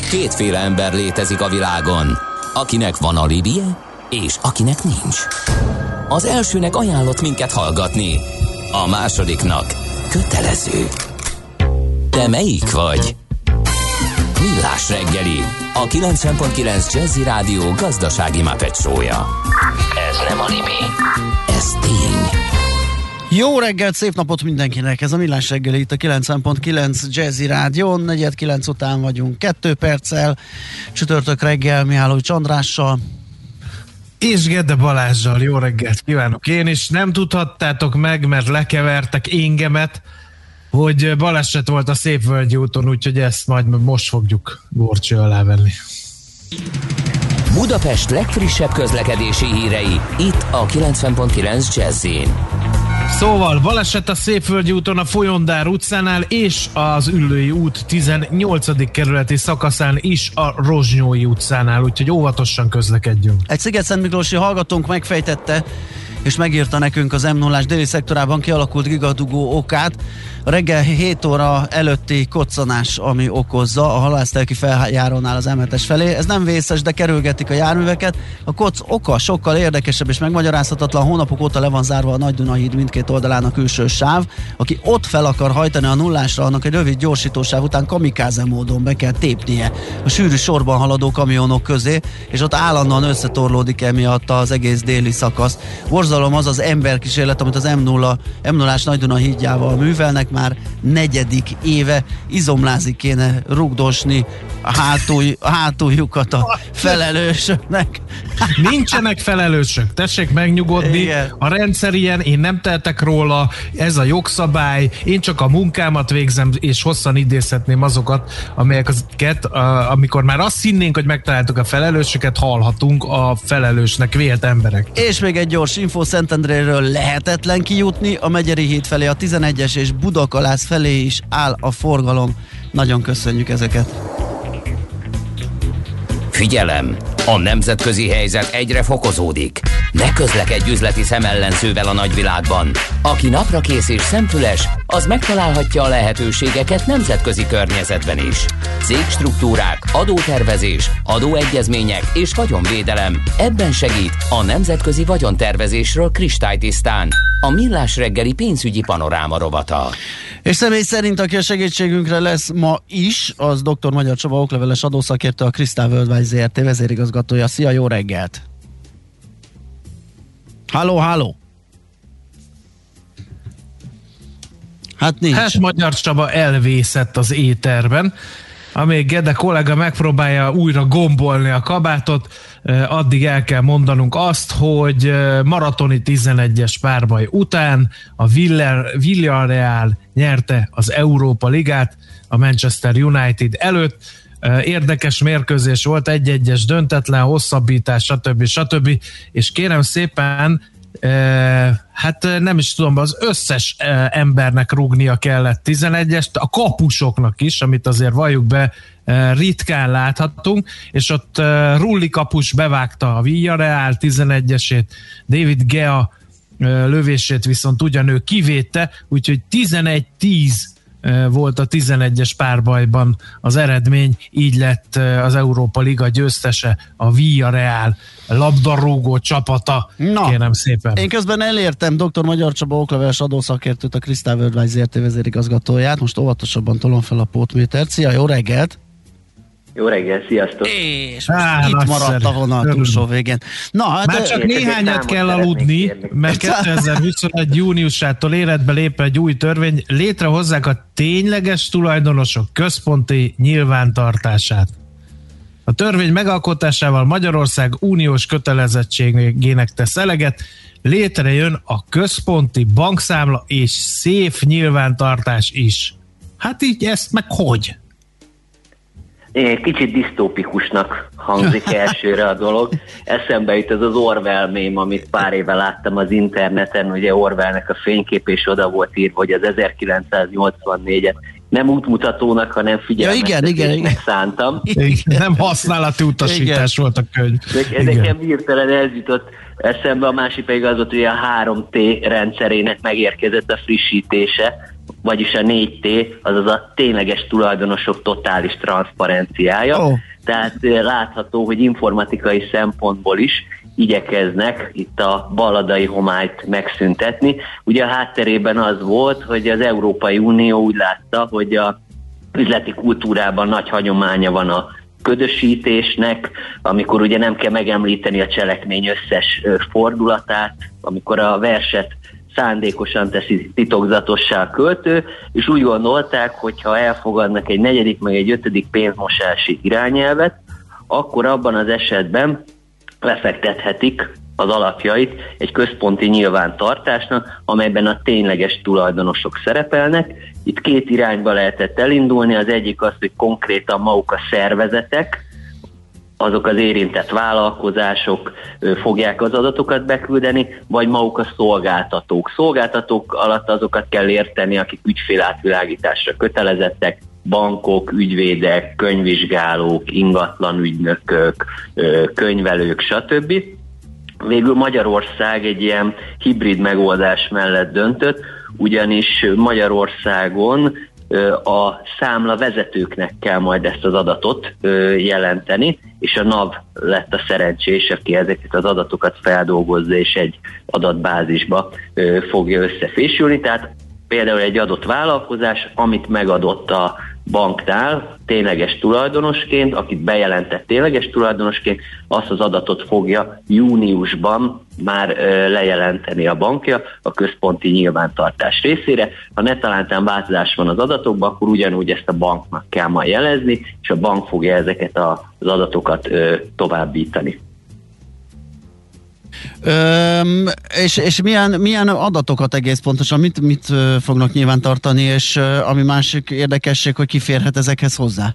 Kétféle ember létezik a világon, akinek van alibije, és akinek nincs. Az elsőnek ajánlott minket hallgatni, a másodiknak kötelező. Te melyik vagy? Millás reggeli, a 90.9 Jazzy Rádió gazdasági Muppet show-ja. Ez nem anime, ez tény. Jó reggelt, szép napot mindenkinek! Ez a Millás reggeli itt a 90.9 Jazzy Rádión. 4:09 után vagyunk, 2 perccel. Csütörtök reggel Mihálovics Andrással. És Gede Balázsral. Jó reggelt kívánok én is. Nem tudhattátok meg, mert lekevertek engemet, hogy baleset volt a Szépvölgyi úton, úgyhogy ezt majd most fogjuk górcső alá venni. Budapest legfrissebb közlekedési hírei, itt a 90.9 Jazzyn. Szóval baleset a Szépvölgyi úton a Folyondár utcánál és az Üllői út 18. kerületi szakaszán is a Rozsnyói utcánál, úgyhogy óvatosan közlekedjünk. Egy Sziget-Szentmiklósi hallgatónk megfejtette és megírta nekünk az M0-ás déli szektorában kialakult gigadugó okát. A reggel 7 óra előtti koccanás, ami okozza a halásztelki feljárónál az M7-es felé. Ez nem vészes, de kerülgetik a járműveket. A koc oka sokkal érdekesebb és megmagyarázhatatlan. Hónapok óta le van zárva a Nagy-Duna-híd mindkét oldalán a külső sáv. Aki ott fel akar hajtani a nullásra, annak egy rövid gyorsítósáv után kamikáze módon be kell tépnie a sűrű sorban haladó kamionok közé, és ott állandóan összetorlódik emiatt az egész déli szakasz. Borzalom az az emberkísérlet, amit az M0-ás Nagy-Duna hídjával művelnek már 4. éve. Izomlázig kéne rugdosni a hátuljukat a felelősöknek. Nincsenek felelősök, tessék megnyugodni. Igen. A rendszer ilyen, én nem tehetek róla, ez a jogszabály, én csak a munkámat végzem, és hosszan idézhetném azokat, amikor már azt hinnénk, hogy megtaláltuk a felelősöket, hallhatunk a felelősnek vélt emberek. És még egy gyors info, Szentendréről lehetetlen kijutni, a Megyeri híd felé, a 11-es és Budakalász felé is áll a forgalom. Nagyon köszönjük ezeket. Figyelem! A nemzetközi helyzet egyre fokozódik. Ne közlekedj üzleti szemellenzővel a nagyvilágban. Aki naprakész és szemfüles, az megtalálhatja a lehetőségeket nemzetközi környezetben is. Cégstruktúrák, adótervezés, adóegyezmények és vagyonvédelem. Ebben segít a nemzetközi vagyontervezésről kristálytisztán a Millás reggeli pénzügyi panoráma rovata. És személy szerint, aki a segítségünkre lesz ma is, az dr. Magyar Csaba okleveles adószakértő, a Crystal Worldwide Zrt. Vezérigazgatója. Szia, jó reggelt! Halló! Hát nincs. Hát Magyar Csaba elvészett az éterben. Amíg Gede kollega megpróbálja újra gombolni a kabátot, addig el kell mondanunk azt, hogy maratoni 11-es párbaj után a Villarreal nyerte az Európa Ligát a Manchester United előtt. Érdekes mérkőzés volt, 1-1-es döntetlen, hosszabbítás, stb. És kérem szépen, hát nem is tudom, az összes embernek rúgnia kellett 11-est, a kapusoknak is, amit azért valljuk be, ritkán láthattunk, és ott Rulli kapus bevágta a Villarreal 11-esét, David Gea lövését viszont ugyanő kivédte, úgyhogy 11-10 volt a 11-es párbajban az eredmény, így lett az Európa Liga győztese, a Villarreal labdarúgó csapata. Kérem szépen. Én közben elértem dr. Magyar Csaba okleveles adószakértőt, a Crystal Worldwide Zrt. Vezérigazgatóját. Most óvatosabban tolom fel a pótmétert. Szia, jó reggelt! Jó reggel, sziasztok! És most itt maradt a vonal túlsó végén. Na, hát már csak néhányat kell aludni, mert 2021. júniusától életbe lép egy új törvény, létrehozzák a tényleges tulajdonosok központi nyilvántartását. A törvény megalkotásával Magyarország uniós kötelezettségének tesz eleget, létrejön a központi bankszámla és széf nyilvántartás is. Hát így ezt meg hogy? Kicsit disztópikusnak hangzik elsőre a dolog. Eszembe jut ez az Orwell mém, amit pár éve láttam az interneten, ugye Orwellnek a fénykép, és oda volt írva, hogy az 1984-et nem útmutatónak, hanem figyelmeztetésnek szántam. Nem használati utasítás volt a könyv. Nekem hirtelen ez jutott eszembe, a másik pedig az volt, hogy a 3T rendszerének megérkezett a frissítése, vagyis a 4T, azaz a tényleges tulajdonosok totális transzparenciája. Tehát látható, hogy informatikai szempontból is igyekeznek itt a balladai homályt megszüntetni. Ugye a hátterében az volt, hogy az Európai Unió úgy látta, hogy a üzleti kultúrában nagy hagyománya van a ködösítésnek, amikor ugye nem kell megemlíteni a cselekmény összes fordulatát, amikor a verset szándékosan teszi titokzatossá a költő, és úgy gondolták, hogy ha elfogadnak egy 4. meg egy 5. pénzmosási irányelvet, akkor abban az esetben lefektethetik az alapjait egy központi nyilvántartásnak, amelyben a tényleges tulajdonosok szerepelnek. Itt 2 irányba lehetett elindulni, az egyik az, hogy konkrétan maguk a szervezetek, azok az érintett vállalkozások fogják az adatokat beküldeni, vagy maguk a szolgáltatók. Szolgáltatók alatt azokat kell érteni, akik ügyfélátvilágításra kötelezettek, bankok, ügyvédek, könyvvizsgálók, ingatlanügynökök, könyvelők, stb. Végül Magyarország egy ilyen hibrid megoldás mellett döntött, ugyanis Magyarországon a számla vezetőknek kell majd ezt az adatot jelenteni, és a NAV lett a szerencsés, aki ezeket az adatokat feldolgozza, és egy adatbázisba fogja összefésülni. Tehát például egy adott vállalkozás, amit megadott a banknál tényleges tulajdonosként, akit bejelentett tényleges tulajdonosként, azt az adatot fogja júniusban már lejelenteni a bankja a központi nyilvántartás részére. Ha netalántán változás van az adatokban, akkor ugyanúgy ezt a banknak kell majd jelezni, és a bank fogja ezeket az adatokat továbbítani. És milyen adatokat egész pontosan, mit fognak nyilvántartani, és ami másik érdekesség, hogy ki férhet ezekhez hozzá?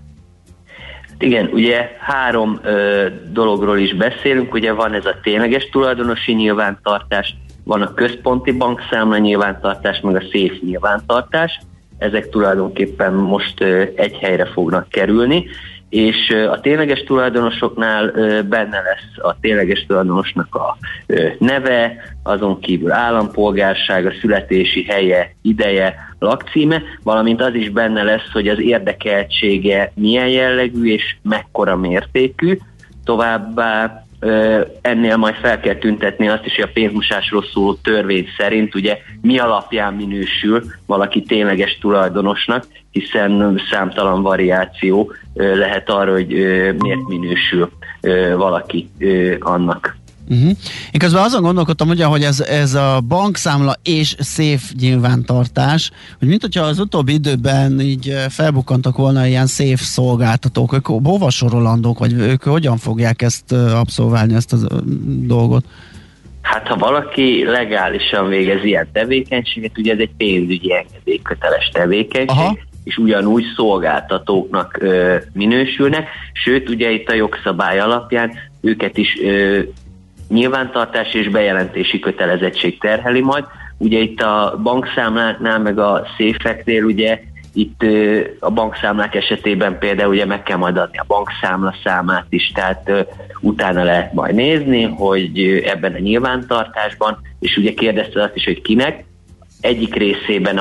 Igen, ugye 3 dologról is beszélünk, ugye van ez a tényleges tulajdonosi nyilvántartás, van a központi bankszámla nyilvántartás, meg a SZÉF nyilvántartás, ezek tulajdonképpen most egy helyre fognak kerülni, és a tényleges tulajdonosoknál benne lesz a tényleges tulajdonosnak a neve, azon kívül állampolgársága, születési helye, ideje, lakcíme, valamint az is benne lesz, hogy az érdekeltsége milyen jellegű és mekkora mértékű. Továbbá ennél majd fel kell tüntetni azt is, hogy a pénzmosásról szóló törvény szerint ugye mi alapján minősül valaki tényleges tulajdonosnak, hiszen számtalan variáció lehet arra, hogy miért minősül valaki annak. Én közben azon gondolkodtam, ugye, hogy ez a bankszámla és SZÉF nyilvántartás, hogy mint hogyha az utóbbi időben így felbukkantak volna ilyen SZÉF szolgáltatók, ők hova sorolandók, vagy ők hogyan fogják ezt abszolválni, ezt a dolgot? Hát ha valaki legálisan végez ilyen tevékenységet, ugye ez egy pénzügyi engedélyköteles tevékenység, aha, és ugyanúgy szolgáltatóknak minősülnek, sőt ugye itt a jogszabály alapján őket is nyilvántartás és bejelentési kötelezettség terheli majd. Ugye itt a bankszámláknál, meg a széfeknél ugye itt a bankszámlák esetében például ugye meg kell majd adni a bankszámla számát is, tehát utána lehet majd nézni, hogy ebben a nyilvántartásban, és ugye kérdezte azt is, hogy kinek, egyik részében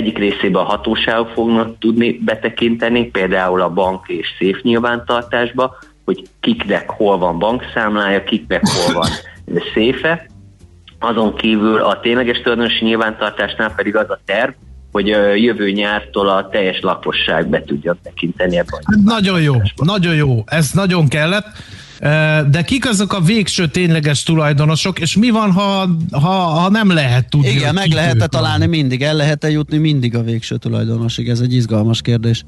a hatóságok fognak tudni betekinteni, például a bank és széf nyilvántartásba, hogy kiknek hol van bankszámlája, kiknek hol van széfe. Azon kívül a tényleges tulajdonosi nyilvántartásnál pedig az a terv, hogy jövő nyártól a teljes lakosság be tudja tekinteni ebben. Nagyon jó, ez nagyon kellett. De kik azok a végső tényleges tulajdonosok, és mi van, ha nem lehet tudni? Igen, meg lehet-e találni mindig, el lehet-e jutni mindig a végső tulajdonosig? Ez egy izgalmas kérdés.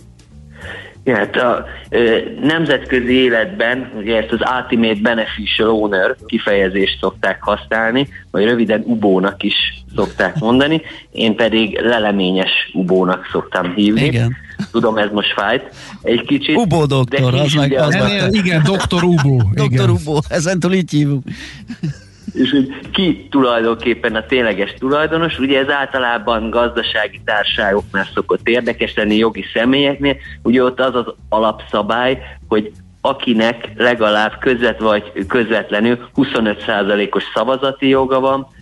Ja, hát a nemzetközi életben ugye ezt az Ultimate Beneficial Owner kifejezést szokták használni, vagy röviden UBO-nak is szokták mondani, én pedig leleményes UBO-nak szoktam hívni. Igen. Tudom, ez most fájt egy kicsit. UBO doktor, az meg az. Igen, doktor UBO. Doktor UBO, ezentúl így hívunk. És hogy ki tulajdonképpen a tényleges tulajdonos, ugye ez általában gazdasági társaságoknál szokott érdekes lenni, jogi személyeknél, ugye ott az az alapszabály, hogy akinek legalább közvetve vagy közvetlenül 25%-os szavazati joga van,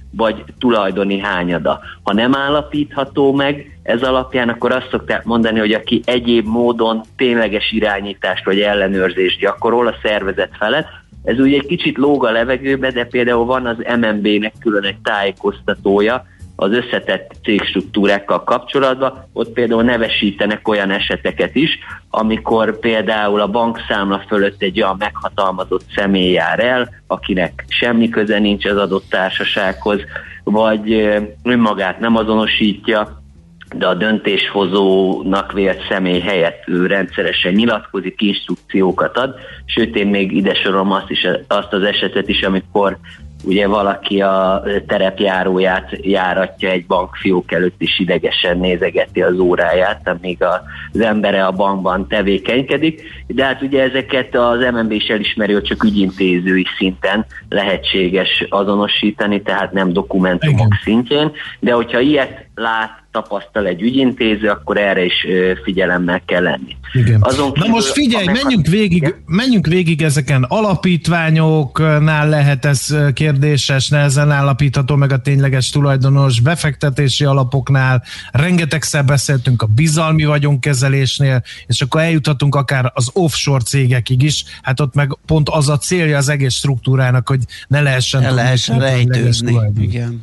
vagy tulajdoni hányada. Ha nem állapítható meg ez alapján, akkor azt szokták mondani, hogy aki egyéb módon tényleges irányítást vagy ellenőrzést gyakorol a szervezet felett, ez ugye egy kicsit lóg a levegőbe, de például van az MNB-nek külön egy tájékoztatója az összetett cégstruktúrákkal kapcsolatban, ott például nevesítenek olyan eseteket is, amikor például a bankszámla fölött egy olyan meghatalmazott személy jár el, akinek semmi köze nincs az adott társasághoz, vagy önmagát nem azonosítja, de a döntéshozónak vélt személy helyett ő rendszeresen nyilatkozik, instrukciókat ad, sőt én még ide sorolom azt az esetet is, amikor ugye valaki a terepjáróját járatja egy bankfiók előtt, és idegesen nézegeti az óráját, amíg az embere a bankban tevékenykedik. De hát ugye ezeket az MNB is elismeri, hogy csak ügyintézői szinten lehetséges azonosítani, tehát nem dokumentumok szintjén. De hogyha ilyet tapasztal egy ügyintéző, akkor erre is figyelemmel kell lenni. Igen. Na most figyelj, menjünk végig ezeken. Alapítványoknál lehet ez kérdéses, nehezen állapítható meg a tényleges tulajdonos, befektetési alapoknál, rengetegszer beszéltünk a bizalmi vagyonkezelésnél, és akkor eljuthatunk akár az offshore cégekig is, hát ott meg pont az a célja az egész struktúrának, hogy ne lehessen rejtőzni. Igen.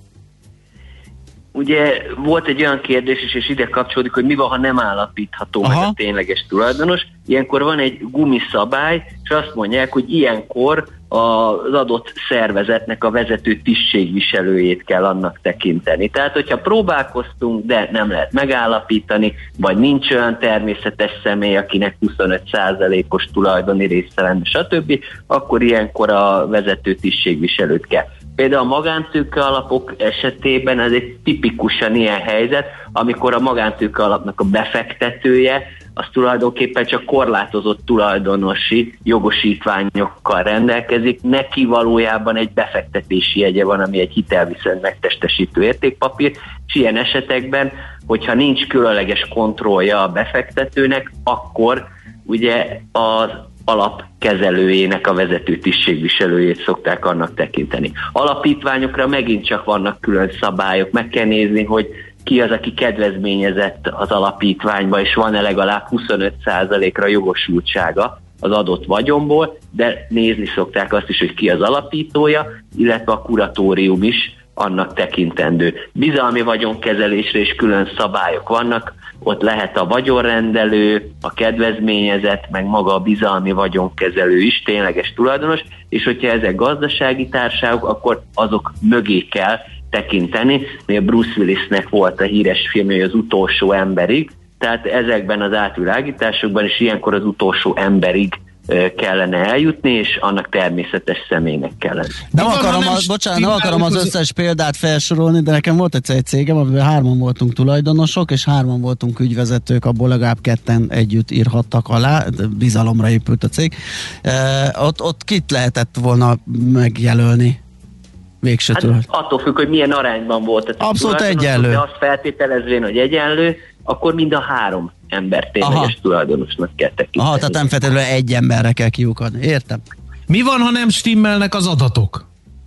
Ugye volt egy olyan kérdés is, és ide kapcsolódik, hogy mi van, ha nem állapítható meg a tényleges tulajdonos. Ilyenkor van egy gumiszabály, és azt mondják, hogy ilyenkor az adott szervezetnek a vezető tisztségviselőjét kell annak tekinteni. Tehát, hogyha próbálkoztunk, de nem lehet megállapítani, vagy nincs olyan természetes személy, akinek 25%-os tulajdoni része lenne, stb., akkor ilyenkor a vezető tisztségviselőt kell. Például a magántőke alapok esetében ez egy tipikusan ilyen helyzet, amikor a magántőke alapnak a befektetője az tulajdonképpen csak korlátozott tulajdonosi jogosítványokkal rendelkezik, neki valójában egy befektetési jegye van, ami egy hitelviszont megtestesítő értékpapír, és ilyen esetekben, hogyha nincs különleges kontrollja a befektetőnek, akkor ugye az alapkezelőjének a vezető tisztségviselőjét szokták annak tekinteni. Alapítványokra megint csak vannak külön szabályok, meg kell nézni, hogy ki az, aki kedvezményezett az alapítványba, és van-e legalább 25%-ra jogosultsága az adott vagyonból, de nézni szokták azt is, hogy ki az alapítója, illetve a kuratórium is annak tekintendő. Bizalmi vagyonkezelésre is külön szabályok vannak, ott lehet a vagyonrendelő, a kedvezményezett, meg maga a bizalmi vagyonkezelő is tényleges tulajdonos, és hogyha ezek gazdasági társaságok, akkor azok mögé kell tekinteni. A Bruce Willisnek volt a híres filmje, az utolsó emberig, tehát ezekben az átvilágításokban is ilyenkor az utolsó emberig kellene eljutni, és annak természetes személynek kellene. Nem akarom az összes példát felsorolni, de nekem volt egy cégem, amiben 3-an voltunk tulajdonosok, és 3-an voltunk ügyvezetők, abból legalább 2-en együtt írhattak alá, bizalomra épült a cég. Ott kit lehetett volna megjelölni végsőtől? Hát attól függ, hogy milyen arányban volt. Abszolút egyenlő. De azt feltételezvén, hogy egyenlő, akkor mind a 3 ember tényleges tulajdonosnak kell tekinteni. Aha, tehát nem feltétlenül egy emberre kell kiukadni. Értem. Mi van, ha nem stimmelnek az adatok?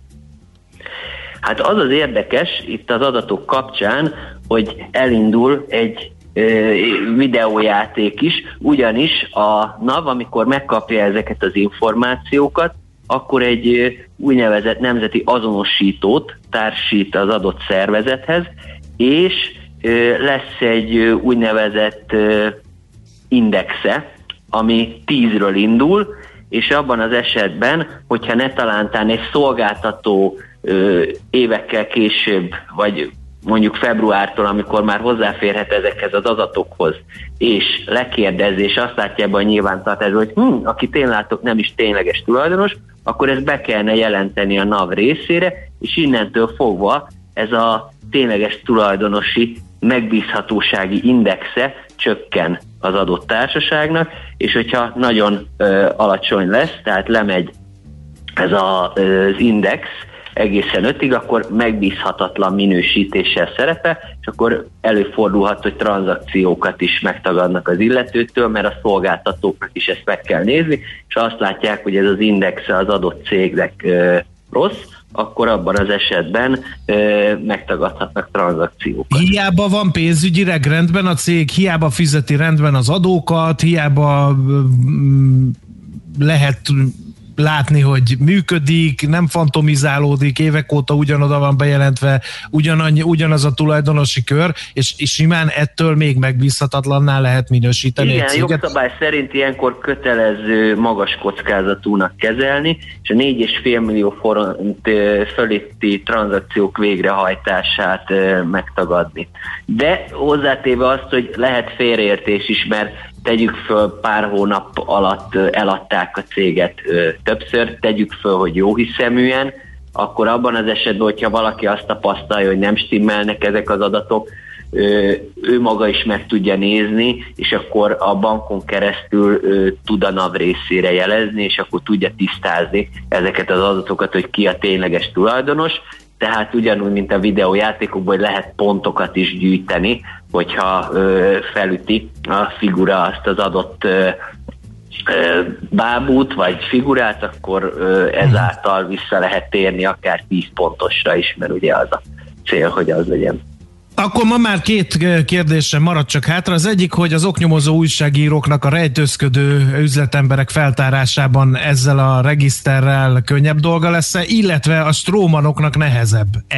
Hát az az érdekes itt az adatok kapcsán, hogy elindul egy videójáték is, ugyanis a NAV, amikor megkapja ezeket az információkat, akkor egy úgynevezett nemzeti azonosítót társít az adott szervezethez, és lesz egy úgynevezett indexe, ami 10-ről indul, és abban az esetben, hogyha netalántán egy szolgáltató évekkel később, vagy mondjuk februártól, amikor már hozzáférhet ezekhez az adatokhoz, és lekérdez, és azt látja ebben a nyilvántartásban, hogy akit én látok, nem is tényleges tulajdonos, akkor ezt be kellene jelenteni a NAV részére, és innentől fogva ez a tényleges tulajdonosi megbízhatósági indexe csökken az adott társaságnak, és hogyha nagyon alacsony lesz, tehát lemegy ez az index egészen 5-ig, akkor megbízhatatlan minősítéssel szerepel, és akkor előfordulhat, hogy tranzakciókat is megtagadnak az illetőtől, mert a szolgáltatóknak is ezt meg kell nézni, és azt látják, hogy ez az indexe az adott cégnek rossz, akkor abban az esetben megtagadhatnak tranzakciókat. Hiába van pénzügyileg rendben a cég, hiába fizeti rendben az adókat, hiába lehet látni, hogy működik, nem fantomizálódik, évek óta ugyanoda van bejelentve, ugyanaz a tulajdonosi kör, és simán ettől még megbízhatatlanná lehet minősíteni. Igen, jogszabály szerint ilyenkor kötelező magas kockázatúnak kezelni, és a 4,5 millió forint fölötti tranzakciók végrehajtását megtagadni. De hozzátéve azt, hogy lehet félreértés is, mert tegyük föl, pár hónap alatt eladták a céget többször, tegyük föl, hogy jóhiszeműen, akkor abban az esetben, hogyha valaki azt tapasztalja, hogy nem stimmelnek ezek az adatok, ő maga is meg tudja nézni, és akkor a bankon keresztül tud a NAV részére jelezni, és akkor tudja tisztázni ezeket az adatokat, hogy ki a tényleges tulajdonos. Tehát ugyanúgy, mint a videójátékokban, hogy lehet pontokat is gyűjteni, hogyha felüti a figura azt az adott bábút vagy figurát, akkor ezáltal vissza lehet térni akár 10 pontosra is, mert ugye az a cél, hogy az legyen. Akkor ma már 2 kérdésre marad csak hátra. Az egyik, hogy az oknyomozó újságíróknak a rejtőzködő üzletemberek feltárásában ezzel a regiszterrel könnyebb dolga lesz-e, illetve a strómanoknak nehezebb-e?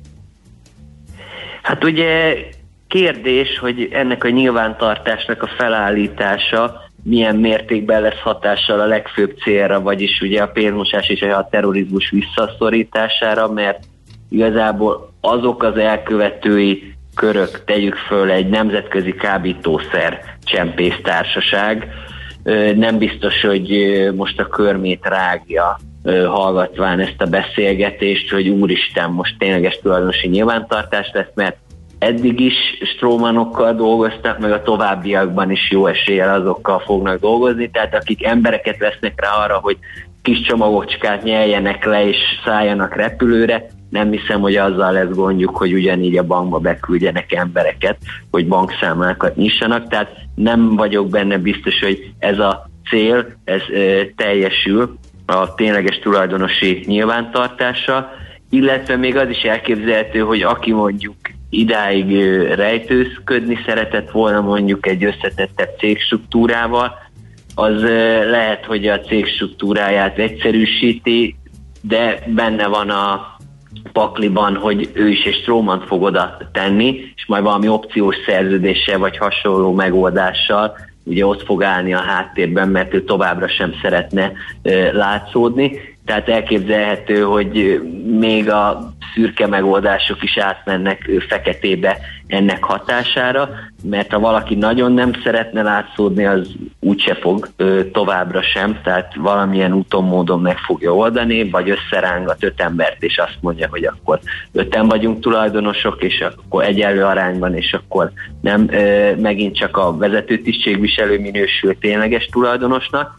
Hát ugye kérdés, hogy ennek a nyilvántartásnak a felállítása milyen mértékben lesz hatással a legfőbb célra, vagyis ugye a pénzmosás és a terrorizmus visszaszorítására, mert igazából azok az elkövetői körök, tegyük föl egy nemzetközi kábítószer csempésztársaság, nem biztos, hogy most a körmét rágja hallgatván ezt a beszélgetést, hogy úristen, most tényleges tulajdonosi nyilvántartás lesz, mert eddig is strómanokkal dolgoztak, meg a továbbiakban is jó eséllyel azokkal fognak dolgozni, tehát akik embereket vesznek rá arra, hogy kis csomagocskát nyeljenek le és szálljanak repülőre, nem hiszem, hogy azzal lesz gondjuk, hogy ugyanígy a bankba beküldjenek embereket, hogy bankszámlákat nyissanak, tehát nem vagyok benne biztos, hogy ez a cél, ez teljesül a tényleges tulajdonosi nyilvántartása, illetve még az is elképzelhető, hogy aki mondjuk idáig rejtőzködni szeretett volna mondjuk egy összetettebb cégstruktúrával, az lehet, hogy a cégstruktúráját egyszerűsíti, de benne van a pakliban, hogy ő is egy strómant fog oda tenni, és majd valami opciós szerződéssel vagy hasonló megoldással ugye ott fog állni a háttérben, mert ő továbbra sem szeretne látszódni. Tehát elképzelhető, hogy még a szürke megoldások is átmennek feketébe ennek hatására, mert ha valaki nagyon nem szeretne látszódni, az úgyse fog továbbra sem, tehát valamilyen úton, módon meg fogja oldani, vagy összerángat 5 embert, és azt mondja, hogy akkor 5-en vagyunk tulajdonosok, és akkor egyenlő arányban, és akkor nem megint csak a vezető tisztségviselő minősül tényleges tulajdonosnak.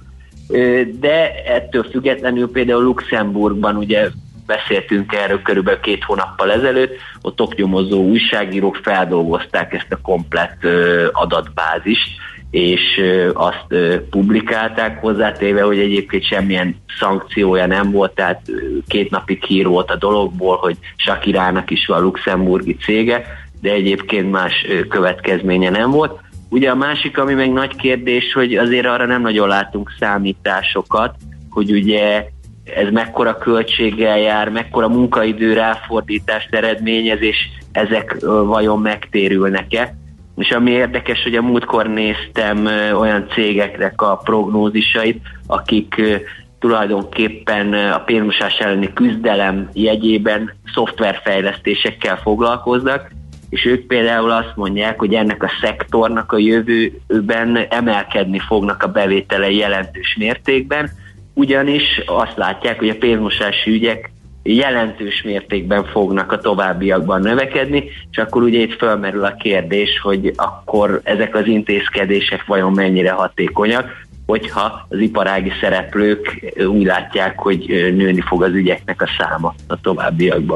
De ettől függetlenül például Luxemburgban ugye beszéltünk erről körülbelül 2 hónappal ezelőtt, ott oknyomozó újságírók feldolgozták ezt a komplett adatbázist, és azt publikálták, hozzátéve, hogy egyébként semmilyen szankciója nem volt, tehát 2 napig hír volt a dologból, hogy Shakirának is van luxemburgi cége, de egyébként más következménye nem volt. Ugye a másik, ami meg nagy kérdés, hogy azért arra nem nagyon látunk számításokat, hogy ugye ez mekkora költséggel jár, mekkora munkaidő ráfordítást eredményez, és ezek vajon megtérülnek-e. És ami érdekes, hogy a múltkor néztem olyan cégeknek a prognózisait, akik tulajdonképpen a pénzmosás elleni küzdelem jegyében szoftverfejlesztésekkel foglalkoznak, és ők például azt mondják, hogy ennek a szektornak a jövőben emelkedni fognak a bevételei jelentős mértékben, ugyanis azt látják, hogy a pénzmosási ügyek jelentős mértékben fognak a továbbiakban növekedni, és akkor ugye itt felmerül a kérdés, hogy akkor ezek az intézkedések vajon mennyire hatékonyak, hogyha az iparági szereplők úgy látják, hogy nőni fog az ügyeknek a száma a továbbiakban.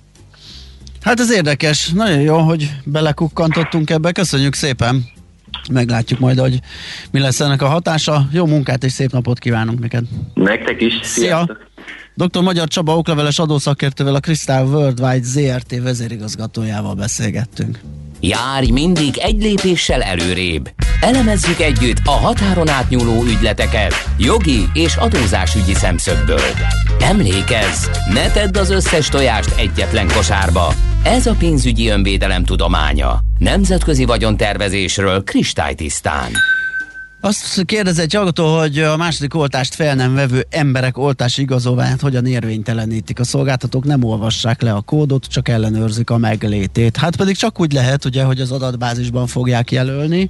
Hát ez érdekes, nagyon jó, hogy belekukkantottunk ebbe, köszönjük szépen, meglátjuk majd, hogy mi lesz ennek a hatása. Jó munkát és szép napot kívánunk neked. Nektek is, sziasztok! Dr. Magyar Csaba okleveles adószakértővel, a Crystal Worldwide ZRT vezérigazgatójával beszélgettünk. Járj mindig egy lépéssel előrébb. Elemezzük együtt a határon átnyúló ügyleteket jogi és adózásügyi szemszögből. Emlékezz, ne tedd az összes tojást egyetlen kosárba. Ez a pénzügyi önvédelem tudománya. Nemzetközi vagyontervezésről kristálytisztán. Azt kérdezi egy hallgató, hogy a második oltást fel nem vevő emberek oltási igazolványát hogyan érvénytelenítik. A szolgáltatók nem olvassák le a kódot, csak ellenőrzik a meglétét. Hát pedig csak úgy lehet, ugye, hogy az adatbázisban fogják jelölni,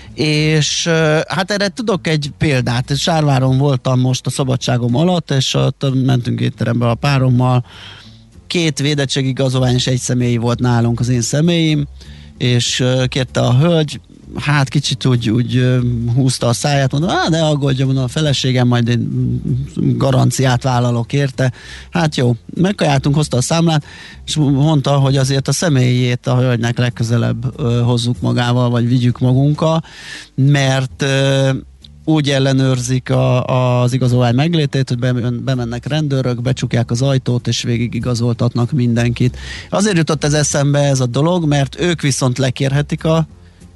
és hát erre tudok egy példát. Sárváron voltam most a szabadságom alatt, és ott mentünk étterembe a párommal. 2 védettségigazolvány és 1 személyi volt nálunk, az én személyim, és kérte a hölgy, hát kicsit úgy húzta a száját, mondom, ne aggódjon, mondom, a feleségem, majd én garanciát vállalok érte. Hát jó, megkajáltunk, hozta a számlát, és mondta, hogy azért a személyét a hölgynek legközelebb hozzuk magával, vagy vigyük magunkkal, mert úgy ellenőrzik az igazolvány meglétét, hogy bemennek rendőrök, becsukják az ajtót, és végig igazoltatnak mindenkit. Azért jutott ez eszembe ez a dolog, mert ők viszont lekérhetik a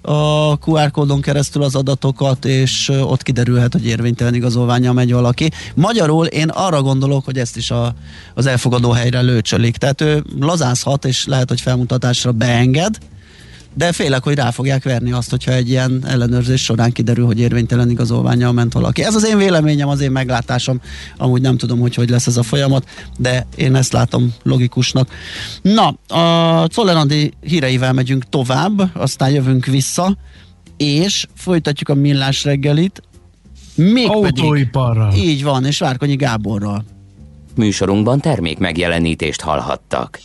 QR kódon keresztül az adatokat, és ott kiderülhet, hogy érvénytelen igazolvánnyal megy valaki. Magyarul én arra gondolok, hogy ezt is az elfogadó helyre lőcsölik. Tehát ő lazázhat, és lehet, hogy felmutatásra beenged, de félek, hogy rá fogják verni azt, hogyha egy ilyen ellenőrzés során kiderül, hogy érvénytelen igazolvánnyal ment valaki. Ez az én véleményem, az én meglátásom. Amúgy nem tudom, hogy lesz ez a folyamat, de én ezt látom logikusnak. Na, a Czoller Andi híreivel megyünk tovább, aztán jövünk vissza, és folytatjuk a Millás reggelit. Autóiparral. Így van, és Várkonyi Gáborral. Műsorunkban termék megjelenítést hallhattak.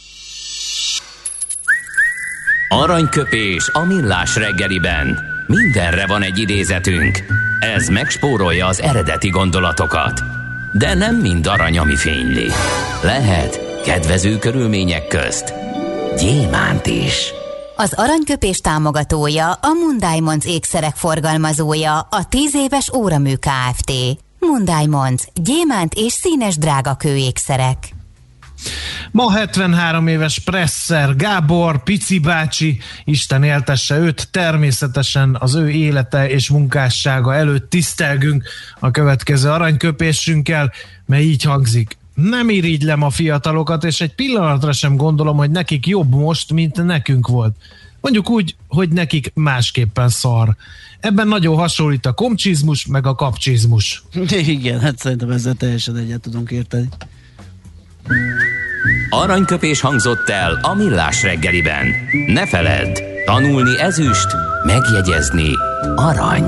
Aranyköpés a Millás reggeliben. Mindenre van egy idézetünk. Ez megspórolja az eredeti gondolatokat. De nem mind arany, ami fényli. Lehet kedvező körülmények közt gyémánt is. Az aranyköpés támogatója a Mundiamonds ékszerek forgalmazója, a 10 éves Óramű Kft. Mundiamonds, gyémánt és színes drágakő ékszerek. Ma 73 éves Presser Gábor, Pici bácsi, Isten éltesse őt, természetesen az ő élete és munkássága előtt tisztelgünk a következő aranyköpésünkkel, mely így hangzik. Nem irigylem a fiatalokat, és egy pillanatra sem gondolom, hogy nekik jobb most, mint nekünk volt. Mondjuk úgy, hogy nekik másképpen szar. Ebben nagyon hasonlít a komcsizmus, meg a kapcsizmus. Igen, hát szerintem ezzel teljesen egyet tudunk érteni. Aranyköpés hangzott el a Millás reggeliben. Ne feledd, tanulni ezüst, megjegyezni arany.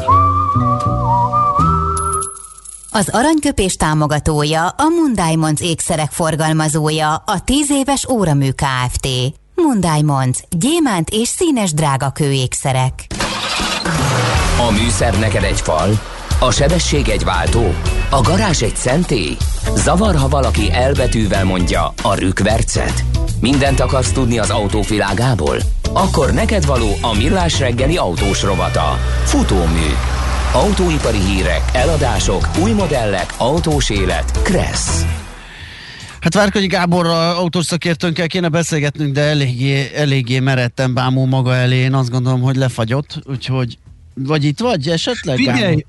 Az aranyköpés támogatója a Mundiamonds ékszerek forgalmazója, a 10 éves Óramű Kft. Mundiamonds, gyémánt és színes drágakő ékszerek. A műszer neked egy fal, a sebesség egy váltó, a garázs egy szentély. Zavar, ha valaki elbetűvel mondja a rükvercet. Mindent akarsz tudni az autóvilágából? Akkor neked való a Millás reggeli autós rovata. Futómű. Autóipari hírek, eladások, új modellek, autós élet. Kressz. Hát Várkonyi Gáborral, autós szakértőnkkel kéne beszélgetnünk, de eléggé meredten bámul maga elé. Én azt gondolom, hogy lefagyott, úgyhogy vagy itt vagy esetleg? Figyelj!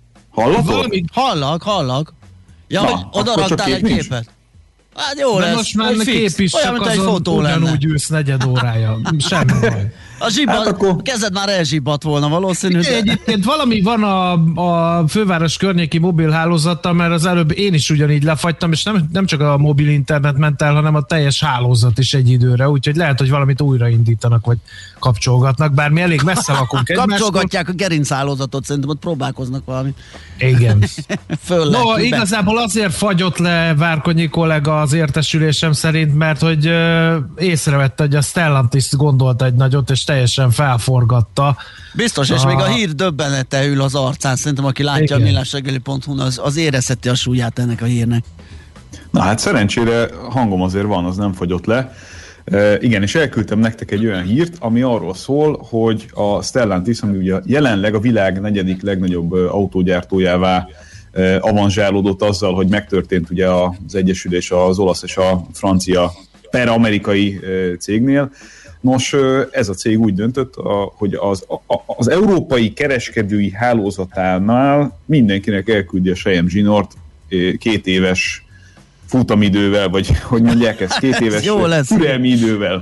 Hallak. Ja, hogy oda raktál egy képet? Hát jó de lesz. Most már kép is olyan, csak azon ugyanúgy ülsz negyed órája. Semmi baj. A zsibbat, hát akkor... kezed már elzsibbadt volna valószínű. Egyébként valami van a főváros környéki mobilhálózattal, mert az előbb én is ugyanígy lefagytam, és nem csak a mobil internet ment el, hanem a teljes hálózat is egy időre, úgyhogy lehet, hogy valamit újraindítanak, vagy kapcsolgatnak, bár mi elég messze lakunk egymástól. Kapcsolgatják a gerinchálózatot, szerintem ott próbálkoznak valamit. Igen. No, igazából azért fagyott le Várkonyi kollega az értesülésem szerint, mert hogy észrevette, hogy a Stellantis gondolta egy nagyot, és teljesen felforgatta. Biztos, és még a hír döbbenete ül az arcán. Szerintem, aki látja a millásreggeli.hu-n, az érezheti a súlyát ennek a hírnek. Na hát szerencsére hangom azért van, az nem fagyott le. Igen, és elküldtem nektek egy olyan hírt, ami arról szól, hogy a Stellantis, ami ugye jelenleg a világ 4. legnagyobb autógyártójává avanzsálódott azzal, hogy megtörtént ugye az egyesülés az olasz és a francia per amerikai cégnél. Nos, ez a cég úgy döntött, hogy az európai kereskedői hálózatánál mindenkinek elküldi a selyemzsinort 2 éves futamidővel, vagy hogy mondják ezt, 2 éves türelmi idővel.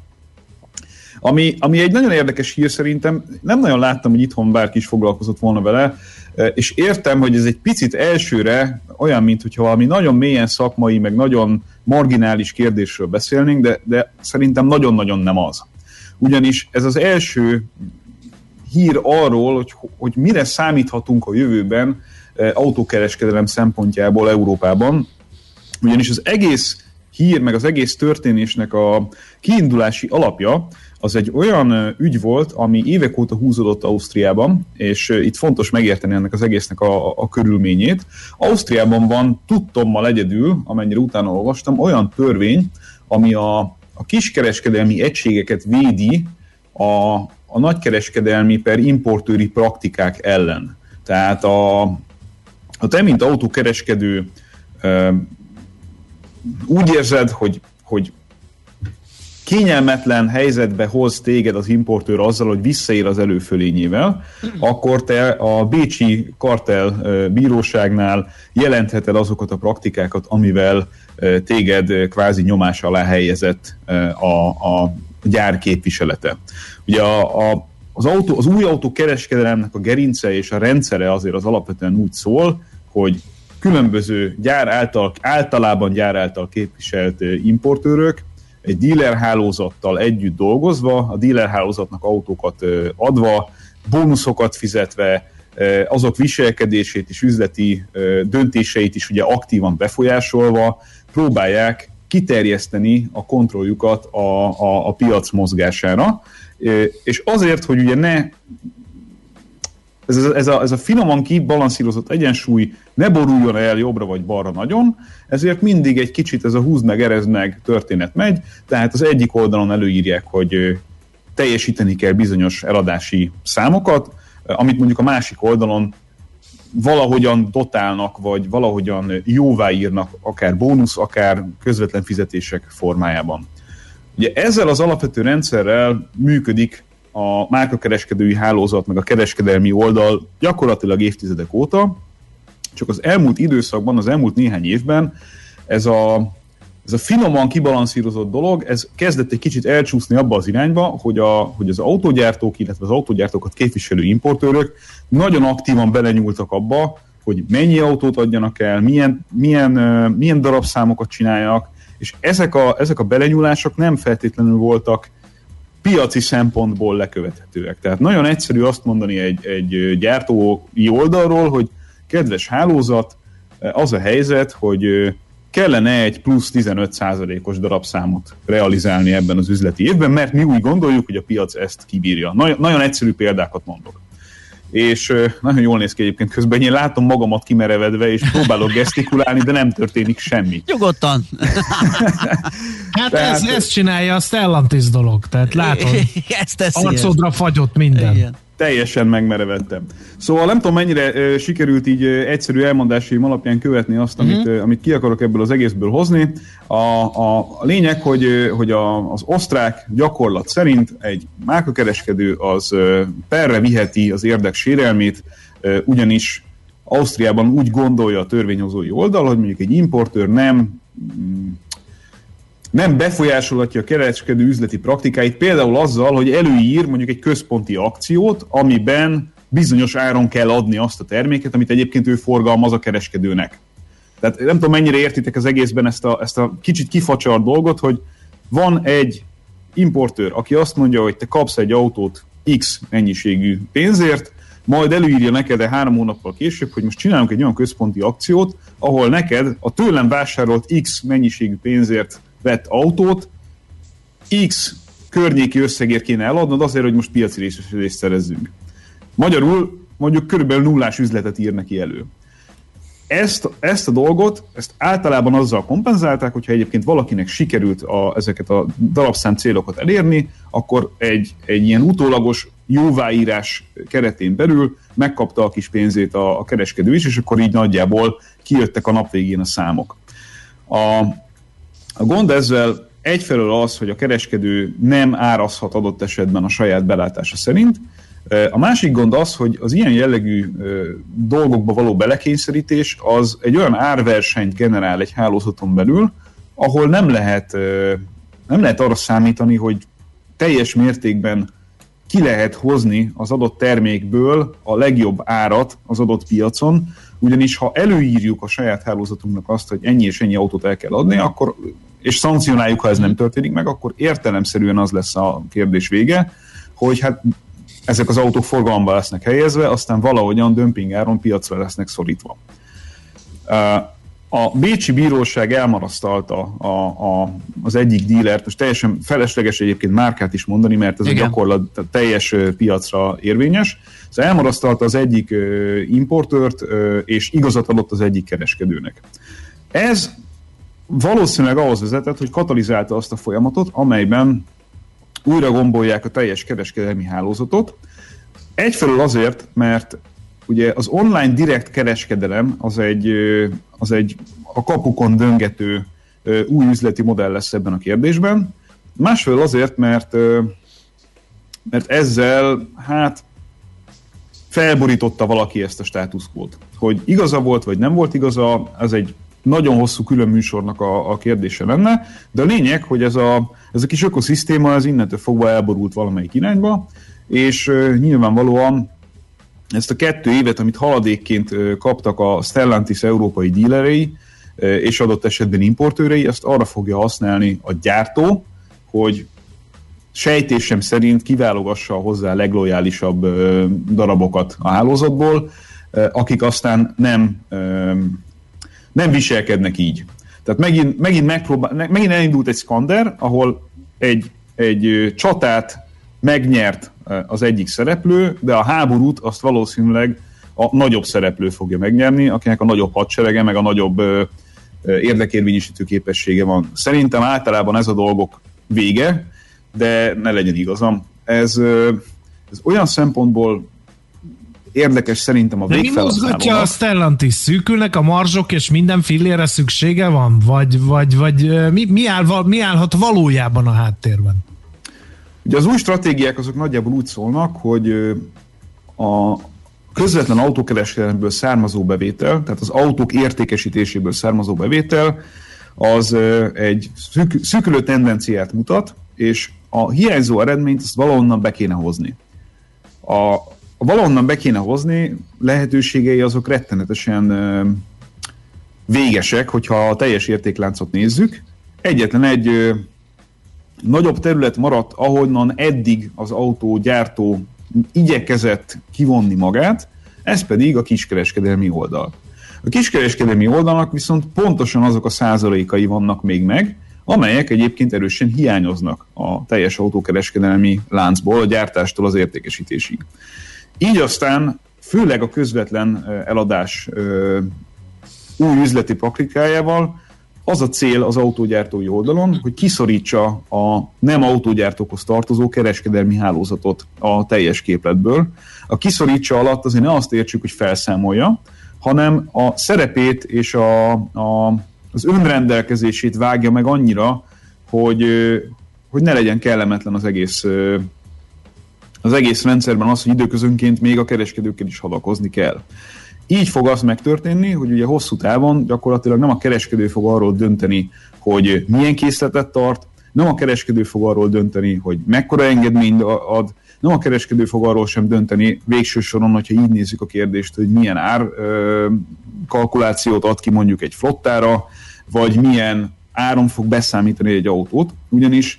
Ami egy nagyon érdekes hír szerintem, nem nagyon láttam, hogy itthon bárki is foglalkozott volna vele, és értem, hogy ez egy picit elsőre olyan, mint hogyha valami nagyon mélyen szakmai, meg nagyon marginális kérdésről beszélnénk, de szerintem nagyon-nagyon nem az. Ugyanis ez az első hír arról, hogy mire számíthatunk a jövőben autókereskedelem szempontjából Európában, ugyanis az egész hír, meg az egész történésnek a kiindulási alapja az egy olyan ügy volt, ami évek óta húzódott Ausztriában, és itt fontos megérteni ennek az egésznek a körülményét. Ausztriában van tudtommal egyedül, amennyire utána olvastam, olyan törvény, ami a kiskereskedelmi egységeket védi a nagykereskedelmi per importőri praktikák ellen. Tehát ha te, mint autókereskedő úgy érzed, hogy kényelmetlen helyzetbe hoz téged az importőr azzal, hogy visszaér az előfölényével, akkor te a bécsi kartelbíróságnál jelentheted azokat a praktikákat, amivel téged kvázi nyomás alá helyezett a gyár képviselete. Ugye az új autókereskedelemnek a gerince és a rendszere azért az alapvetően úgy szól, hogy különböző általában gyár által képviselt importőrök egy dealerhálózattal együtt dolgozva, a dealerhálózatnak autókat adva, bónuszokat fizetve, azok viselkedését és üzleti döntéseit is ugye aktívan befolyásolva próbálják kiterjeszteni a kontrolljukat a piac mozgására, és azért, hogy ugye ne ez a finoman kibalanszírozott egyensúly ne boruljon el jobbra vagy balra nagyon, ezért mindig egy kicsit ez a húzd meg, erezd meg történet megy, tehát az egyik oldalon előírják, hogy teljesíteni kell bizonyos eladási számokat, amit mondjuk a másik oldalon valahogyan dotálnak, vagy valahogyan jóváírnak, akár bónusz, akár közvetlen fizetések formájában. Ugye ezzel az alapvető rendszerrel működik a márkakereskedői hálózat, meg a kereskedelmi oldal gyakorlatilag évtizedek óta, csak az elmúlt időszakban, az elmúlt néhány évben ez a finoman kibalanszírozott dolog, ez kezdett egy kicsit elcsúszni abba az irányba, hogy az autógyártók, illetve az autógyártókat képviselő importőrök nagyon aktívan belenyúltak abba, hogy mennyi autót adjanak el, milyen darabszámokat csinálják, és ezek a belenyúlások nem feltétlenül voltak piaci szempontból lekövethetőek. Tehát nagyon egyszerű azt mondani egy gyártói oldalról, hogy kedves hálózat, az a helyzet, hogy kellene egy plusz 15%-os darabszámot realizálni ebben az üzleti évben, mert mi úgy gondoljuk, hogy a piac ezt kibírja. Nagyon egyszerű példákat mondok. És nagyon jól néz ki egyébként közben, én látom magamat kimerevedve, és próbálok gesztikulálni, de nem történik semmi. Nyugodtan! Hát ezt csinálja a Stellantis dolog, tehát látod, arcodra fagyott minden. Igen. Teljesen megmerevedtem. Szóval nem tudom, mennyire sikerült így egyszerű elmondásaim alapján követni azt, amit ki akarok ebből az egészből hozni. A lényeg, hogy az osztrák gyakorlat szerint egy márkakereskedő az perre viheti az érdeksérelmét, ugyanis Ausztriában úgy gondolja a törvényhozói oldal, hogy mondjuk egy importőr nem befolyásolhatja a kereskedő üzleti praktikáit, például azzal, hogy előír mondjuk egy központi akciót, amiben bizonyos áron kell adni azt a terméket, amit egyébként ő forgalmaz a kereskedőnek. Tehát nem tudom, mennyire értitek az egészben ezt a kicsit kifacsart dolgot, hogy van egy importőr, aki azt mondja, hogy te kapsz egy autót X mennyiségű pénzért, majd előírja neked 3 hónappal később, hogy most csinálunk egy olyan központi akciót, ahol neked a tőlem vásárolt X mennyiségű pénzért vett autót X környéki összegért kéne eladnod azért, hogy most piaci részesedést szerezzünk. Magyarul mondjuk körülbelül nullás üzletet ír neki elő. ezt a dolgot, ezt általában azzal kompenzálták, hogyha egyébként valakinek sikerült ezeket a darabszám célokat elérni, akkor egy ilyen utólagos jóváírás keretén belül megkapta a kis pénzét a kereskedő is, és akkor így nagyjából kijöttek a nap végén a számok. A gond ezzel egyfelől az, hogy a kereskedő nem árazhat adott esetben a saját belátása szerint. A másik gond az, hogy az ilyen jellegű dolgokba való belekényszerítés az egy olyan árversenyt generál egy hálózaton belül, ahol nem lehet arra számítani, hogy teljes mértékben ki lehet hozni az adott termékből a legjobb árat az adott piacon, ugyanis ha előírjuk a saját hálózatunknak azt, hogy ennyi és ennyi autót el kell adni, akkor, és szankcionáljuk, ha ez nem történik meg, akkor értelemszerűen az lesz a kérdés vége, hogy hát ezek az autók forgalomba lesznek helyezve, aztán valahogyan dömpingáron piacra lesznek szorítva. A bécsi bíróság elmarasztalta az egyik dílert, most teljesen felesleges egyébként márkát is mondani, mert ez a gyakorlat teljes piacra érvényes. Szóval elmarasztalta az egyik importőrt, és igazat adott az egyik kereskedőnek. Ez valószínűleg ahhoz vezetett, hogy katalizálta azt a folyamatot, amelyben újra gombolják a teljes kereskedelmi hálózatot. Egyfelől azért, mert ugye az online direkt kereskedelem az egy a kapukon döngető új üzleti modell lesz ebben a kérdésben. Másfelől azért, mert ezzel felborította valaki ezt a status quót. Hogy igaza volt, vagy nem volt igaza, ez egy nagyon hosszú külön műsornak a kérdése lenne, de a lényeg, hogy ez a kis ökoszisztéma ez innentől fogva elborult valamelyik irányba, és nyilvánvalóan ezt a 2 évet, amit haladékként kaptak a Stellantis európai dílerei, és adott esetben importőrei, ezt arra fogja használni a gyártó, hogy sejtésem szerint kiválogassa a hozzá leglojálisabb darabokat a hálózatból, akik aztán nem viselkednek így. Tehát megint elindult egy szkander, ahol egy csatát megnyert az egyik szereplő, de a háborút azt valószínűleg a nagyobb szereplő fogja megnyerni, akinek a nagyobb hadserege, meg a nagyobb érdekérvényesítő képessége van. Szerintem általában ez a dolgok vége, de ne legyen igazam. Ez olyan szempontból érdekes szerintem a végfelhasználónak. Mi mozgatja a Stellantis? Szűkülnek a marzsok, és minden fillére szüksége van? Vagy mi állhat valójában a háttérben? Ugye az új stratégiák azok nagyjából úgy szólnak, hogy a közvetlen autókereskedelemből származó bevétel, tehát az autók értékesítéséből származó bevétel, az egy szűkülő tendenciát mutat, és a hiányzó eredményt azt valahonnan be kéne hozni. A valahonnan be kéne hozni lehetőségei azok rettenetesen végesek, hogyha a teljes értékláncot nézzük. Egyetlen egy nagyobb terület maradt, ahonnan eddig az autógyártó igyekezett kivonni magát, ez pedig a kiskereskedelmi oldal. A kiskereskedelmi oldalnak viszont pontosan azok a százalékai vannak még meg, amelyek egyébként erősen hiányoznak a teljes autókereskedelmi láncból, a gyártástól az értékesítésig. Így aztán főleg a közvetlen eladás új üzleti praktikájával az a cél az autógyártói oldalon, hogy kiszorítsa a nem autógyártókhoz tartozó kereskedelmi hálózatot a teljes képletből. A kiszorítsa alatt azért ne azt értsük, hogy felszámolja, hanem a szerepét és az önrendelkezését vágja meg annyira, hogy ne legyen kellemetlen az egész rendszerben az, hogy időközönként még a kereskedőkkel is hadakozni kell. Így fog az megtörténni, hogy ugye hosszú távon gyakorlatilag nem a kereskedő fog arról dönteni, hogy milyen készletet tart, nem a kereskedő fog arról dönteni, hogy mekkora engedményt ad, nem a kereskedő fog arról sem dönteni végső soron, hogyha így nézzük a kérdést, hogy milyen árkalkulációt ad ki mondjuk egy flottára, vagy milyen áron fog beszámítani egy autót, ugyanis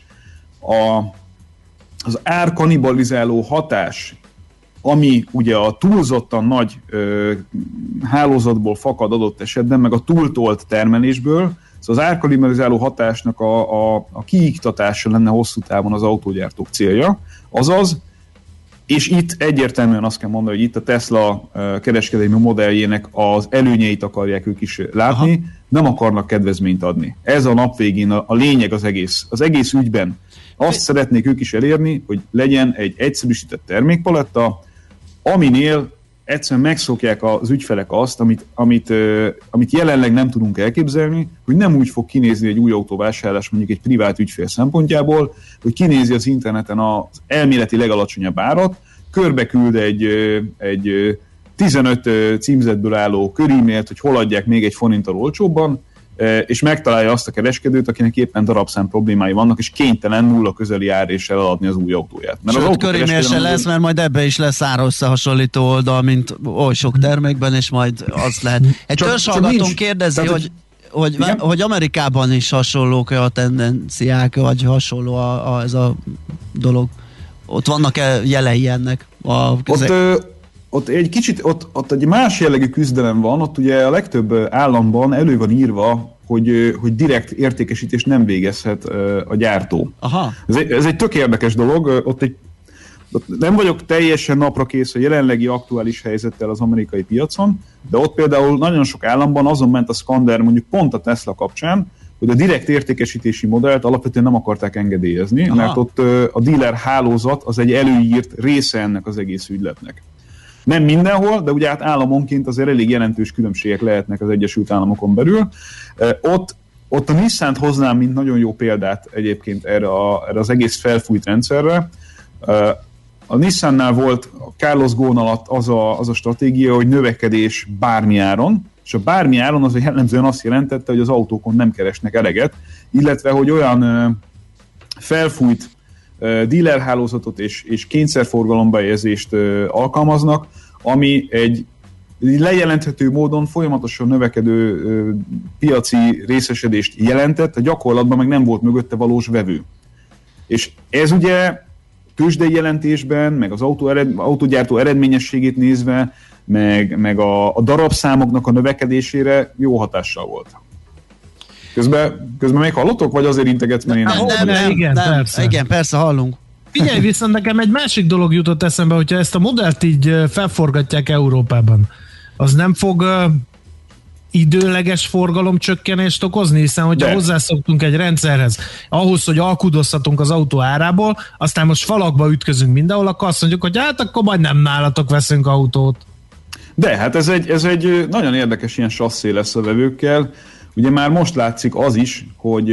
az árkanibalizáló hatás, ami ugye a túlzottan nagy hálózatból fakad adott esetben, meg a túltolt termelésből, szóval az árkanibalizáló hatásnak a kiiktatása lenne hosszú távon az autógyártók célja, azaz És itt egyértelműen azt kell mondani, hogy itt a Tesla kereskedelmi modelljének az előnyeit akarják ők is látni, aha, nem akarnak kedvezményt adni. Ez a nap végén a lényeg az egész ügyben. Azt szeretnék ők is elérni, hogy legyen egy egyszerűsített termékpaletta, aminél egyszerűen megszokják az ügyfelek azt, amit jelenleg nem tudunk elképzelni, hogy nem úgy fog kinézni egy új autóvásárlás mondjuk egy privát ügyfél szempontjából, hogy kinézi az interneten az elméleti legalacsonyabb árat, körbeküld egy 15 címzetből álló körímélt, hogy hol adják még egy forinttal olcsóbban, és megtalálja azt a kereskedőt, akinek éppen darabszám problémái vannak, és kénytelen nulla közeli áréssel eladni az új autóját. Mert sőt, körímél se lesz, mert majd ebbe is lesz ára-összehasonlító oldal, mint oly sok termékben, és majd az lehet. Egy törzshallgatón kérdezi, tehát, hogy Amerikában is hasonlók-e a tendenciák, vagy hasonló ez a dolog? Ott vannak-e jelei ennek? Ott egy kicsit, ott egy más jellegű küzdelem van, ott ugye a legtöbb államban elő van írva, hogy direkt értékesítést nem végezhet a gyártó. Aha. Ez egy tök érdekes dolog, ott nem vagyok teljesen napra kész a jelenlegi aktuális helyzettel az amerikai piacon, de ott például nagyon sok államban azon ment a szkander, mondjuk pont a Tesla kapcsán, hogy a direkt értékesítési modellt alapvetően nem akarták engedélyezni, aha, mert ott a dealer hálózat az egy előírt része ennek az egész ügyletnek. Nem mindenhol, de ugye államonként azért elég jelentős különbségek lehetnek az Egyesült Államokon belül. Ott a Nissan-t hoznám, mint nagyon jó példát egyébként erre az egész felfújt rendszerre. A Nissannál volt a Carlos Ghosn alatt az a stratégia, hogy növekedés bármi áron, és a bármi áron az jellemzően azt jelentette, hogy az autókon nem keresnek eleget, illetve hogy olyan felfújt dealerhálózatot és kényszerforgalomba helyezést alkalmaznak, ami egy lejelenthető módon folyamatosan növekedő piaci részesedést jelentett, a gyakorlatban meg nem volt mögötte valós vevő. És ez ugye tőzsdei jelentésben, meg az autógyártó eredményességét nézve, meg a darabszámoknak a növekedésére jó hatással volt. Közben még hallotok, vagy azért integetsz, mert én... Igen, persze hallunk. Figyelj, viszont nekem egy másik dolog jutott eszembe, hogyha ezt a modellt így felforgatják Európában, az nem fog időleges forgalomcsökkenést okozni, hiszen hogyha hozzászoktunk egy rendszerhez, ahhoz, hogy alkudozhatunk az autó árából, aztán most falakba ütközünk mindenhol, akkor azt mondjuk, hogy hát akkor majd nem nálatok veszünk autót. De hát ez egy nagyon érdekes ilyen sasszé lesz a vevőkkel. Ugye már most látszik az is, hogy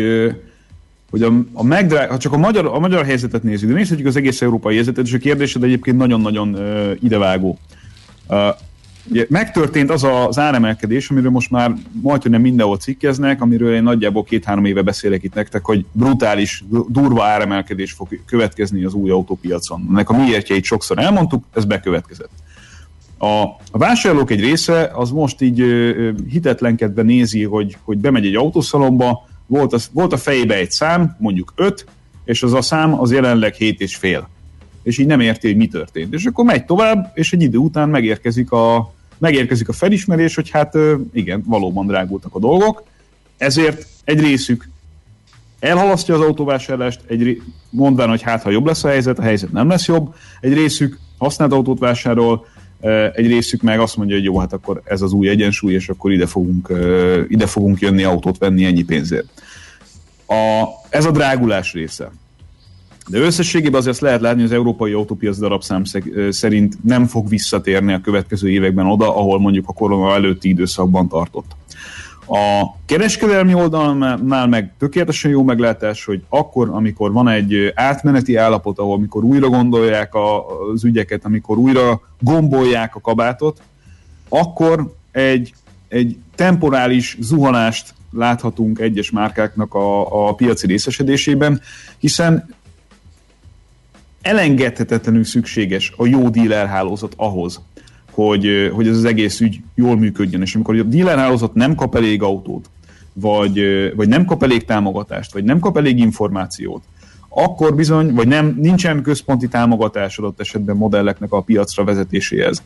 ha csak a magyar helyzetet nézzük, de nézhetjük az egész európai helyzetet, és a kérdésed egyébként nagyon-nagyon idevágó. Ugye megtörtént az áremelkedés, amiről most már majdnem mindenhol cikkeznek, amiről én nagyjából 2-3 éve beszélek itt nektek, hogy brutális, durva áremelkedés fog következni az új autópiacon. Ennek a miértjeit sokszor elmondtuk, ez bekövetkezett. A vásárlók egy része az most így hitetlenkedve nézi, hogy bemegy egy autószalomba, volt a fejébe egy szám, mondjuk 5, és az a szám az jelenleg 7,5. És így nem érti, hogy mi történt. És akkor megy tovább, és egy idő után megérkezik a felismerés, hogy hát igen, valóban drágultak a dolgok. Ezért egy részük elhalasztja az autóvásárlást, mondván, hogy hát ha jobb lesz a helyzet nem lesz jobb. Egy részük használt autót vásárol, egy részük meg azt mondja, hogy jó, hát akkor ez az új egyensúly, és akkor ide fogunk jönni autót venni ennyi pénzért. Ez a drágulás része. De összességében azért lehet látni, hogy az európai autópiac darabszám szerint nem fog visszatérni a következő években oda, ahol mondjuk a korona előtti időszakban tartott. A kereskedelmi oldalnál meg tökéletesen jó meglátás, hogy akkor, amikor van egy átmeneti állapot, ahol amikor újra gondolják az ügyeket, amikor újra gombolják a kabátot, akkor egy temporális zuhanást láthatunk egyes márkáknak a piaci részesedésében, hiszen elengedhetetlenül szükséges a jó dealerhálózat ahhoz, hogy ez az egész ügy jól működjön. És amikor a dealerhálózat nem kap elég autót, vagy nem kap elég támogatást, vagy nem kap elég információt, akkor bizony, vagy nincsen központi támogatás adott esetben modelleknek a piacra vezetéséhez,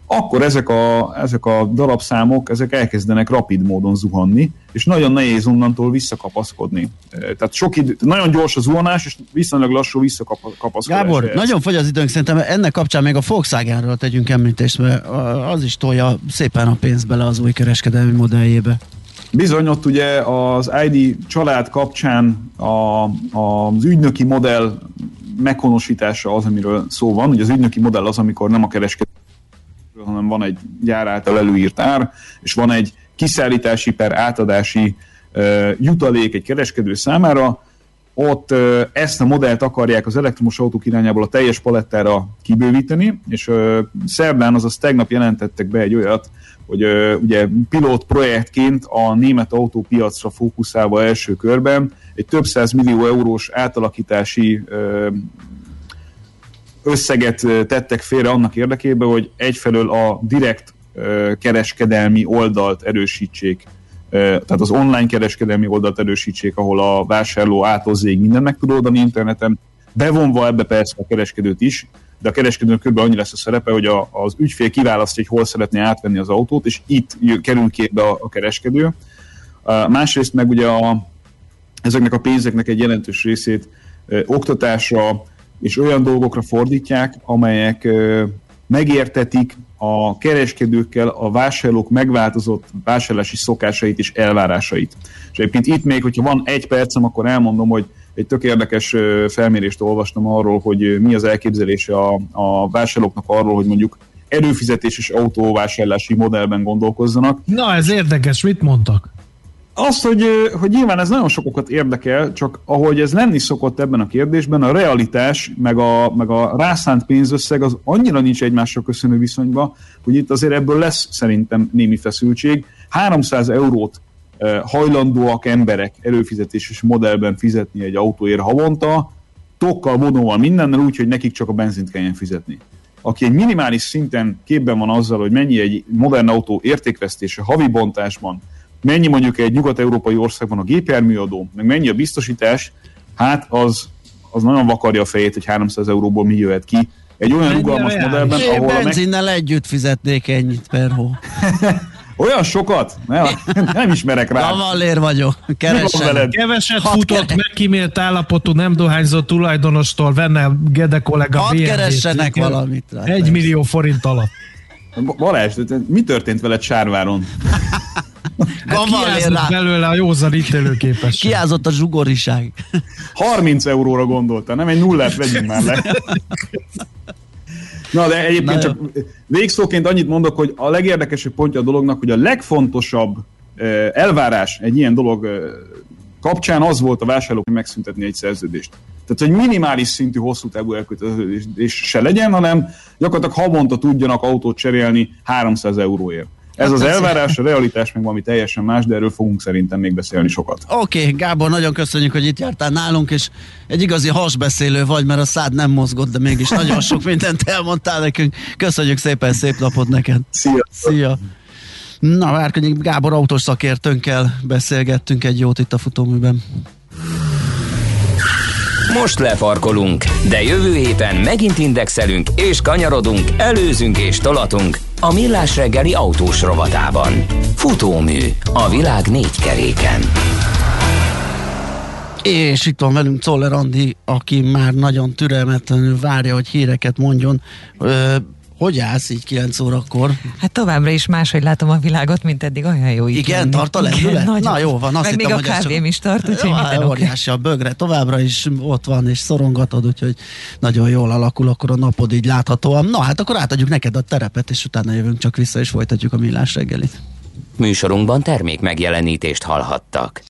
akkor ezek a darabszámok elkezdenek rapid módon zuhanni, és nagyon nehéz onnantól visszakapaszkodni. Tehát nagyon gyors a zuhanás, és viszonylag lassú visszakapaszkodás. Gábor, nagyon fogy az időnk, szerintem ennek kapcsán még a Volkswagenről tegyünk említést, mert az is tolja szépen a pénzt bele az új kereskedelmi modelljébe. Bizony, ott ugye az ID család kapcsán az ügynöki modell meghonosítása az, amiről szó van. Ugye az ügynöki modell az, amikor nem a kereskedő, hanem van egy gyár által előírt ár, és van egy kiszállítási per átadási jutalék egy kereskedő számára. Ott ezt a modellt akarják az elektromos autók irányából a teljes palettára kibővíteni, és szerdán, azaz tegnap jelentettek be egy olyat, hogy ugye pilot projektként a német autópiacra fókuszálva első körben egy több 100 millió eurós átalakítási összeget tettek félre annak érdekében, hogy egyfelől a direkt kereskedelmi oldalt erősítsék, tehát az online kereskedelmi oldalt erősítsék, ahol a vásárló A-tól Z-ig mindent meg tud oldani interneten, bevonva ebbe persze a kereskedőt is, de a kereskedőnek kb. Annyi lesz a szerepe, hogy az ügyfél kiválasztja, hogy hol szeretné átvenni az autót, és itt kerül képbe a kereskedő. Másrészt meg ugye ezeknek a pénzeknek egy jelentős részét oktatásra és olyan dolgokra fordítják, amelyek megértetik a kereskedőkkel a vásárlók megváltozott vásárlási szokásait és elvárásait. És egyébként itt még, hogyha van egy percem, akkor elmondom, hogy egy tök érdekes felmérést olvastam arról, hogy mi az elképzelése a vásárlóknak arról, hogy mondjuk előfizetéses autóvásárlási modellben gondolkozzanak. Na, ez érdekes, mit mondtak? Azt, hogy nyilván ez nagyon sokokat érdekel, csak ahogy ez lenni szokott ebben a kérdésben, a realitás, meg a rászánt pénzösszeg az annyira nincs egymással köszönő viszonyban, hogy itt azért ebből lesz szerintem némi feszültség. 300 eurót hajlandóak emberek előfizetéses modellben fizetni egy autóért havonta, tokkal, vonóval, mindennel úgy, hogy nekik csak a benzint kelljen fizetni. Aki egy minimális szinten képben van azzal, hogy mennyi egy modern autó értékvesztése havi bontásban, mennyi mondjuk egy nyugat-európai országban a gépjárműadó, meg mennyi a biztosítás, hát az nagyon vakarja a fejét, hogy 300 euróból mi jöhet ki. Egy olyan rugalmas modellben, ahol benzinnel együtt fizetnék ennyit per hó. Olyan sokat? Nem ismerek rá. Kavallér vagyok. Keressen. Keveset futott, megkímélt állapotú, nem dohányzott tulajdonostól, venne Gede kollega hadd keressenek valamit rá. 1 millió forint alatt. Balázs, mi történt veled Sárváron? Kiázott belőle a józan ítélőképesség. Kiázott a zsugoriság. 30 euróra gondolta, nem egy nullát vegyünk már le. Na, de egyébként csak végszóként annyit mondok, hogy a legérdekesebb pontja a dolognak, hogy a legfontosabb elvárás egy ilyen dolog kapcsán az volt a vásárlók megszüntetni egy szerződést. Tehát, hogy minimális szintű hosszú távú elkötelezés se legyen, hanem gyakorlatilag havonta tudjanak autót cserélni 300 euróért. Ez az elvárás, a realitás meg valami teljesen más, de erről fogunk szerintem még beszélni sokat. Oké, Gábor, nagyon köszönjük, hogy itt jártál nálunk, és egy igazi hasbeszélő vagy, mert a szád nem mozgott, de mégis nagyon sok mindent elmondtál nekünk. Köszönjük szépen, szép napot neked. Szia! Na, Várkonyi Gábor autós szakértőnkkel beszélgettünk egy jót itt a futóműben. Most lefarkolunk, de jövő héten megint indexelünk és kanyarodunk, előzünk és tolatunk a Millás reggeli autós rovatában. Futómű, a világ 4 keréken. És itt van velünk Czoller Andi, aki már nagyon türelmetlenül várja, hogy híreket mondjon. Hogy állsz így 9 órakor? Hát továbbra is máshogy látom a világot, mint eddig, olyan jó. Igen, tart a lendület? Na jó van, azt meg hittem, még a kávém is tart, úgyhogy minden óriási a bögre, továbbra is ott van, és szorongatod, úgyhogy nagyon jól alakul akkor a napod így láthatóan. Na hát akkor átadjuk neked a terepet, és utána jövünk csak vissza, és folytatjuk a Millás reggelit. Műsorunkban termék megjelenítést hallhattak.